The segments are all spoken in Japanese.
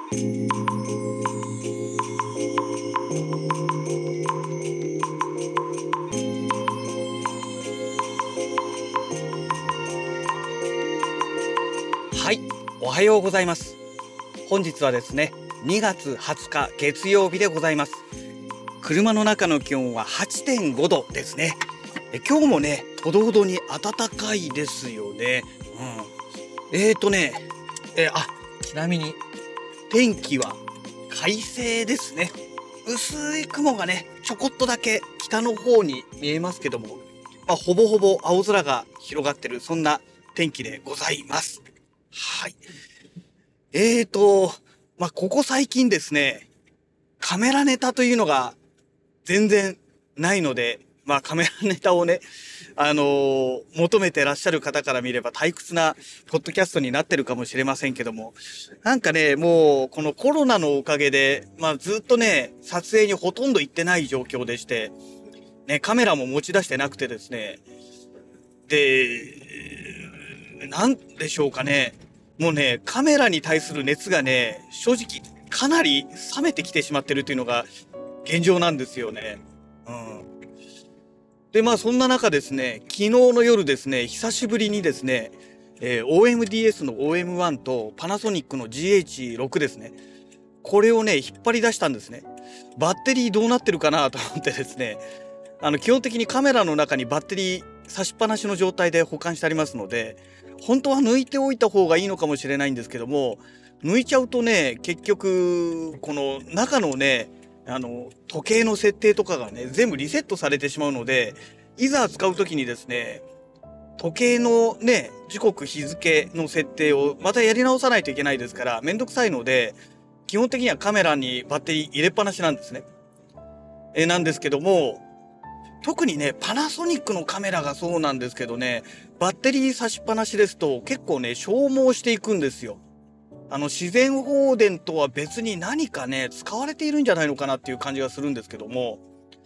はい、おはようございます。本日はですね、2月20日月曜日でございます。車の中の気温は 8.5 度ですね。今日もね、ほどほどに暖かいですよね。うん。ちなみに天気は快晴ですね。薄い雲がね、ちょこっとだけ北の方に見えますけども、ほぼほぼ青空が広がってる、そんな天気でございます。はい。ここ最近ですね、カメラネタというのが全然ないので、カメラネタをね、求めてらっしゃる方から見れば退屈なポッドキャストになってるかもしれませんけども、なんかね、もうこのコロナのおかげで、ずっとね、撮影にほとんど行ってない状況でして、ね、カメラも持ち出してなくてですね、で、なんでしょうかね、もうね、カメラに対する熱がね、正直かなり冷めてきてしまってるというのが現状なんですよね。うん。で、そんな中ですね、昨日の夜ですね、久しぶりにですね、OMDS の OM1 とパナソニックの GH6 ですね。これをね、引っ張り出したんですね。バッテリーどうなってるかなと思ってですね、基本的にカメラの中にバッテリー差しっぱなしの状態で保管してありますので、本当は抜いておいた方がいいのかもしれないんですけども、抜いちゃうとね、結局、この中のね、時計の設定とかがね、全部リセットされてしまうので、いざ使うときにですね、時計のね、時刻日付の設定をまたやり直さないといけないですから、めんどくさいので、基本的にはカメラにバッテリー入れっぱなしなんですね。なんですけども、特にね、パナソニックのカメラがそうなんですけどね、バッテリー差しっぱなしですと結構ね、消耗していくんですよ。自然放電とは別に何かね、使われているんじゃないのかなっていう感じがするんですけども、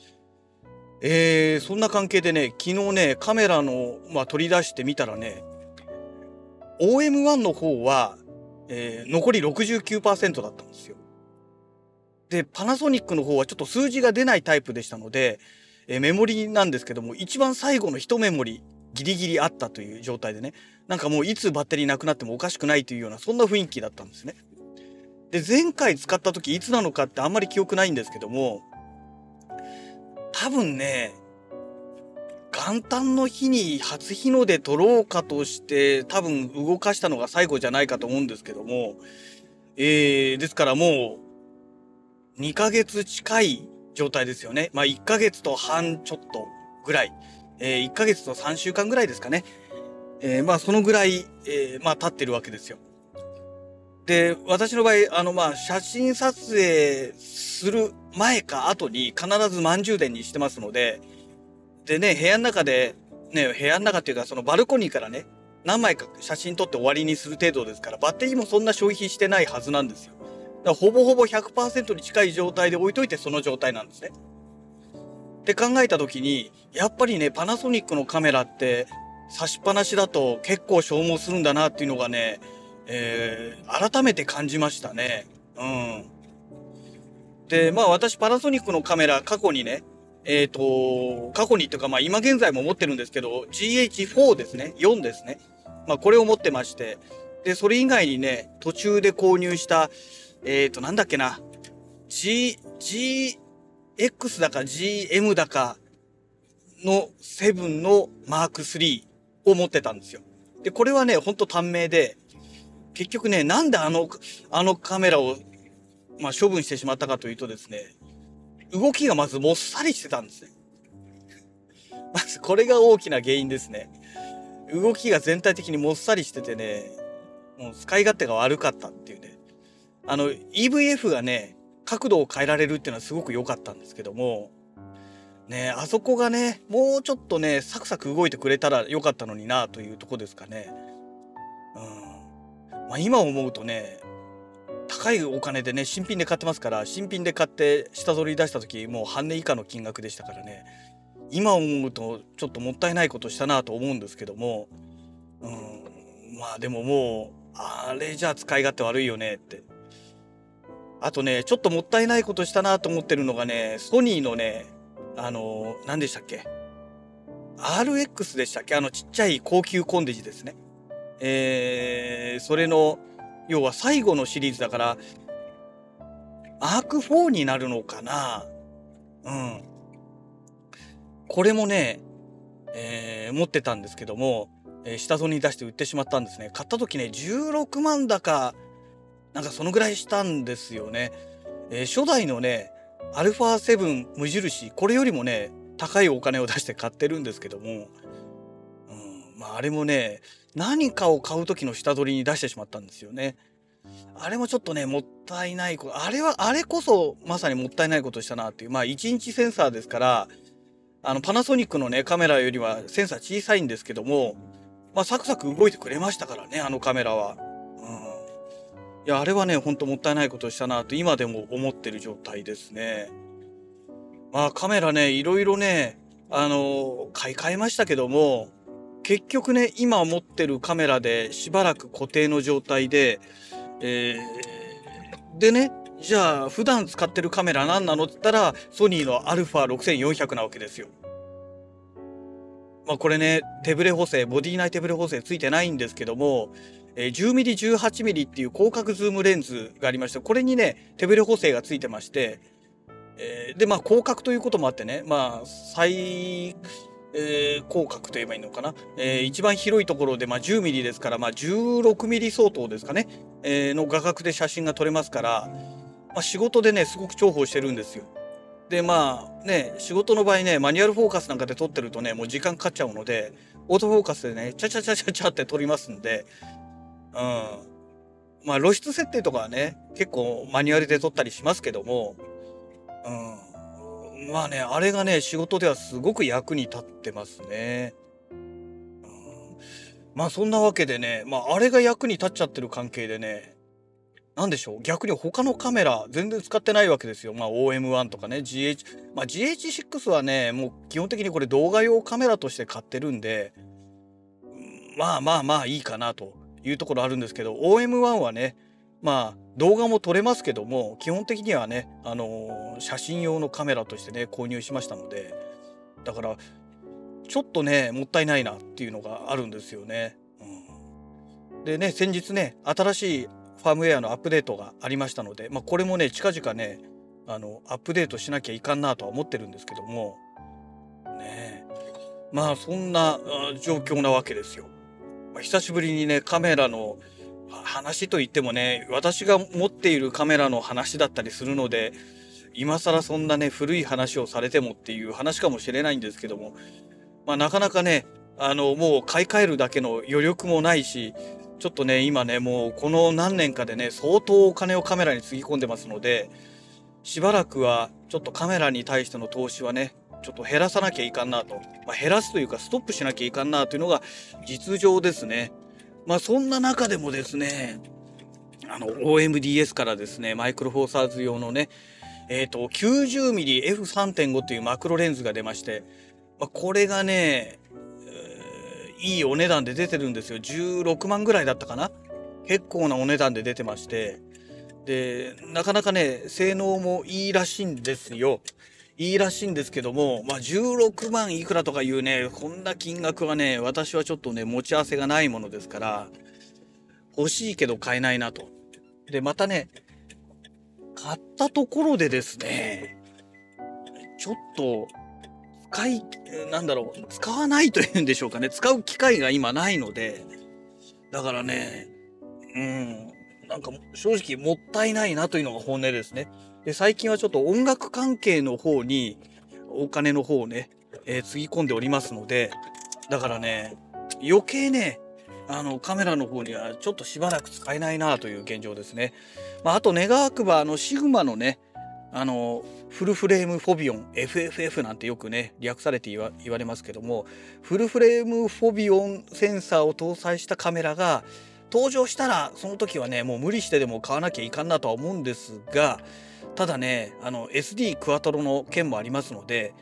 そんな関係でね、昨日ね、カメラの、取り出してみたらね、OM1 の方は、残り 69% だったんですよ。で、パナソニックの方はちょっと数字が出ないタイプでしたので、メモリなんですけども、一番最後の一メモリ、ギリギリあったという状態でね、なんかもういつバッテリーなくなってもおかしくないというような、そんな雰囲気だったんですね。で、前回使った時いつなのかってあんまり記憶ないんですけども、多分ね、元旦の日に初日の出撮ろうかとして多分動かしたのが最後じゃないかと思うんですけども、ですからもう2ヶ月近い状態ですよね。1ヶ月と半ちょっとぐらい、1ヶ月と3週間ぐらいですかね。そのぐらい、経ってるわけですよ。で、私の場合、写真撮影する前か後に必ず満充電にしてますので、でね、部屋の中で、ね、部屋の中っていうかそのバルコニーからね、何枚か写真撮って終わりにする程度ですから、バッテリーもそんな消費してないはずなんですよ。だからほぼほぼ 100% に近い状態で置いといてその状態なんですね。って考えた時に、やっぱりね、パナソニックのカメラって差しっぱなしだと結構消耗するんだなっていうのがね、改めて感じましたね。うん。で、私パナソニックのカメラ過去にね、過去にというか今現在も持ってるんですけど、GH4 ですね。4ですね。これを持ってまして。で、それ以外にね、途中で購入した、なんだっけな。GX だか GM だかの7のマーク3を持ってたんですよ。で、これはね、ほんと短命で、結局ね、なんであのカメラを、処分してしまったかというとですね、動きがまずもっさりしてたんですね。まずこれが大きな原因ですね。動きが全体的にもっさりしててね、もう使い勝手が悪かったっていうね。EVF がね、角度を変えられるっていうのはすごく良かったんですけども、ね、あそこがね、もうちょっとね、サクサク動いてくれたら良かったのになというとこですかね。今思うとね、高いお金でね、新品で買ってますから、新品で買って下取り出した時、もう半値以下の金額でしたからね。今思うとちょっともったいないことしたなと思うんですけども、でももう、あれじゃあ使い勝手悪いよねって。 あとね、ちょっともったいないことしたなと思ってるのがね、ソニーのね、何でしたっけ？ RX でしたっけ？ちっちゃい高級コンデジですね。それの、要は最後のシリーズだから、マーク4になるのかな？うん。これもね、持ってたんですけども、下取りに出して売ってしまったんですね。買った時ね、16万だか、なんかそのぐらいしたんですよね。初代のね、アルファ7無印、これよりもね、高いお金を出して買ってるんですけども、まあ、あれもね、何かを買う時の下取りに出してしまったんですよね。あれもちょっとね、もったいないあれは、あれこそまさにもったいないことしたなっていう。まあ、1インチセンサーですから、パナソニックのね、カメラよりはセンサー小さいんですけども、まあ、サクサク動いてくれましたからね、あのカメラは。いや、あれはね、ほんともったいないことをしたなと今でも思ってる状態ですね。まあ、カメラね、いろいろね、買い替えましたけども、結局ね、今持ってるカメラでしばらく固定の状態で、えでね、じゃあ普段使ってるカメラ何なのって言ったら、ソニーの α6400 なわけですよ。まあこれね、手ブレ補正、ボディ内手ブレ補正ついてないんですけども、10mm、18mm っていう広角ズームレンズがありまして、これにね、手ブレ補正がついてまして、で、まあ広角ということもあってね、まあ最、広角と言えばいいのかな。一番広いところで、まあ10ミリですから、まあ16ミリ相当ですかね、の画角で写真が撮れますから、まあ仕事でね、すごく重宝してるんですよ。で、まあね、仕事の場合ね、マニュアルフォーカスなんかで撮ってるとね、もう時間かかっちゃうので、オートフォーカスでね、チャチャチャチャチャって撮りますんで、うん。まあ露出設定とかはね、結構マニュアルで撮ったりしますけども、まあね、あれがね、仕事ではすごく役に立ってますね。まあそんなわけでね、まああれが役に立っちゃってる関係でね、なんでしょう、逆に他のカメラ全然使ってないわけですよ。まあ OM1 とかね、まあ GH6 はね、もう基本的にこれ動画用カメラとして買ってるんで、まあまあまあいいかなというところあるんですけど、OM1 はね、まあ動画も撮れますけども、基本的にはね、写真用のカメラとしてね、購入しましたので、だからちょっとね、もったいないなっていうのがあるんですよね。でね、先日ね、新しいファームウェアのアップデートがありましたので、まあこれもね、近々ね、アップデートしなきゃいかんなとは思ってるんですけども、ね、まあそんな状況なわけですよ。まあ、久しぶりにね、カメラの話といってもね、私が持っているカメラの話だったりするので、今更そんなね、古い話をされてもっていう話かもしれないんですけども、まあなかなかね、もう買い替えるだけの余力もないし、ちょっとね、今ね、もうこの何年かでね、相当お金をカメラにつぎ込んでますので、しばらくはちょっとカメラに対しての投資はね、ちょっと減らさなきゃいかんなと。まあ、減らすというかストップしなきゃいかんなというのが実情ですね。まあそんな中でもですね、OMDS からですね、マイクロフォーサーズ用のね、90mm F3.5 というマクロレンズが出まして、まあ、これがね、いいお値段で出てるんですよ。16万ぐらいだったかな。結構なお値段で出てまして。で、なかなかね、性能もいいらしいんですよ。いいらしいんですけども、まあ、16万いくらとかいうね、こんな金額はね、私はちょっとね、持ち合わせがないものですから、欲しいけど買えないなと。で、またね、買ったところでですね、ちょっと、なんだろう、使わないというんでしょうかね。使う機会が今ないので、だからね、なんか正直もったいないなというのが本音ですね。で、最近はちょっと音楽関係の方にお金の方をね、つぎ込んでおりますので、だからね、余計ね、カメラの方にはちょっとしばらく使えないなという現状ですね。まあ、あと願わくば、シグマのね、フルフレームフォビオン FFF なんてよくね略されて言われますけども、フルフレームフォビオンセンサーを搭載したカメラが登場したら、その時はねもう無理してでも買わなきゃいかんなとは思うんですが、ただねSD クワトロの件もありますので、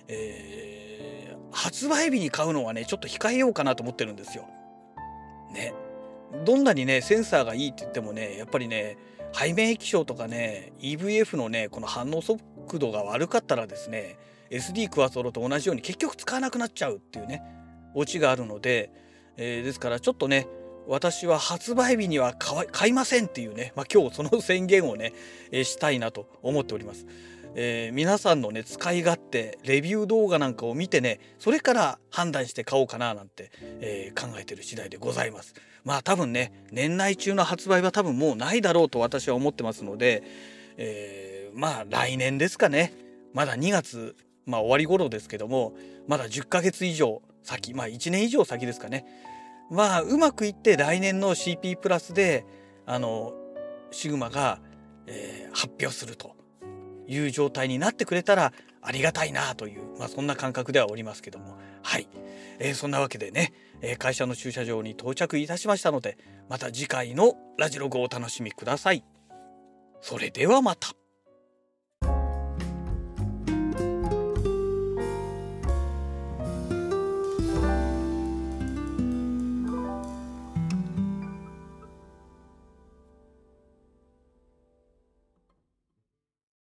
発売日に買うのはねちょっと控えようかなと思ってるんですよ。ね。どんなにねセンサーがいいって言ってもね、やっぱりね背面液晶とかね EVF のねこの反応速度が悪かったらですね SD クワトロと同じように結局使わなくなっちゃうっていうねオチがあるので、ですからちょっとね私は発売日には買いませんっていうね、今日その宣言をね、したいなと思っております。皆さんのね使い勝手レビュー動画なんかを見てねそれから判断して買おうかななんて、考えてる次第でございます。多分ね年内中の発売は多分もうないだろうと私は思ってますので、来年ですかね。まだ2月終わり頃ですけどもまだ10ヶ月以上先1年以上先ですかね。うまくいって来年の CP プラスでシグマが、発表するという状態になってくれたらありがたいなという、そんな感覚ではおりますけども、はい、そんなわけでね、会社の駐車場に到着いたしましたのでまた次回のラジログをお楽しみください。それではまた。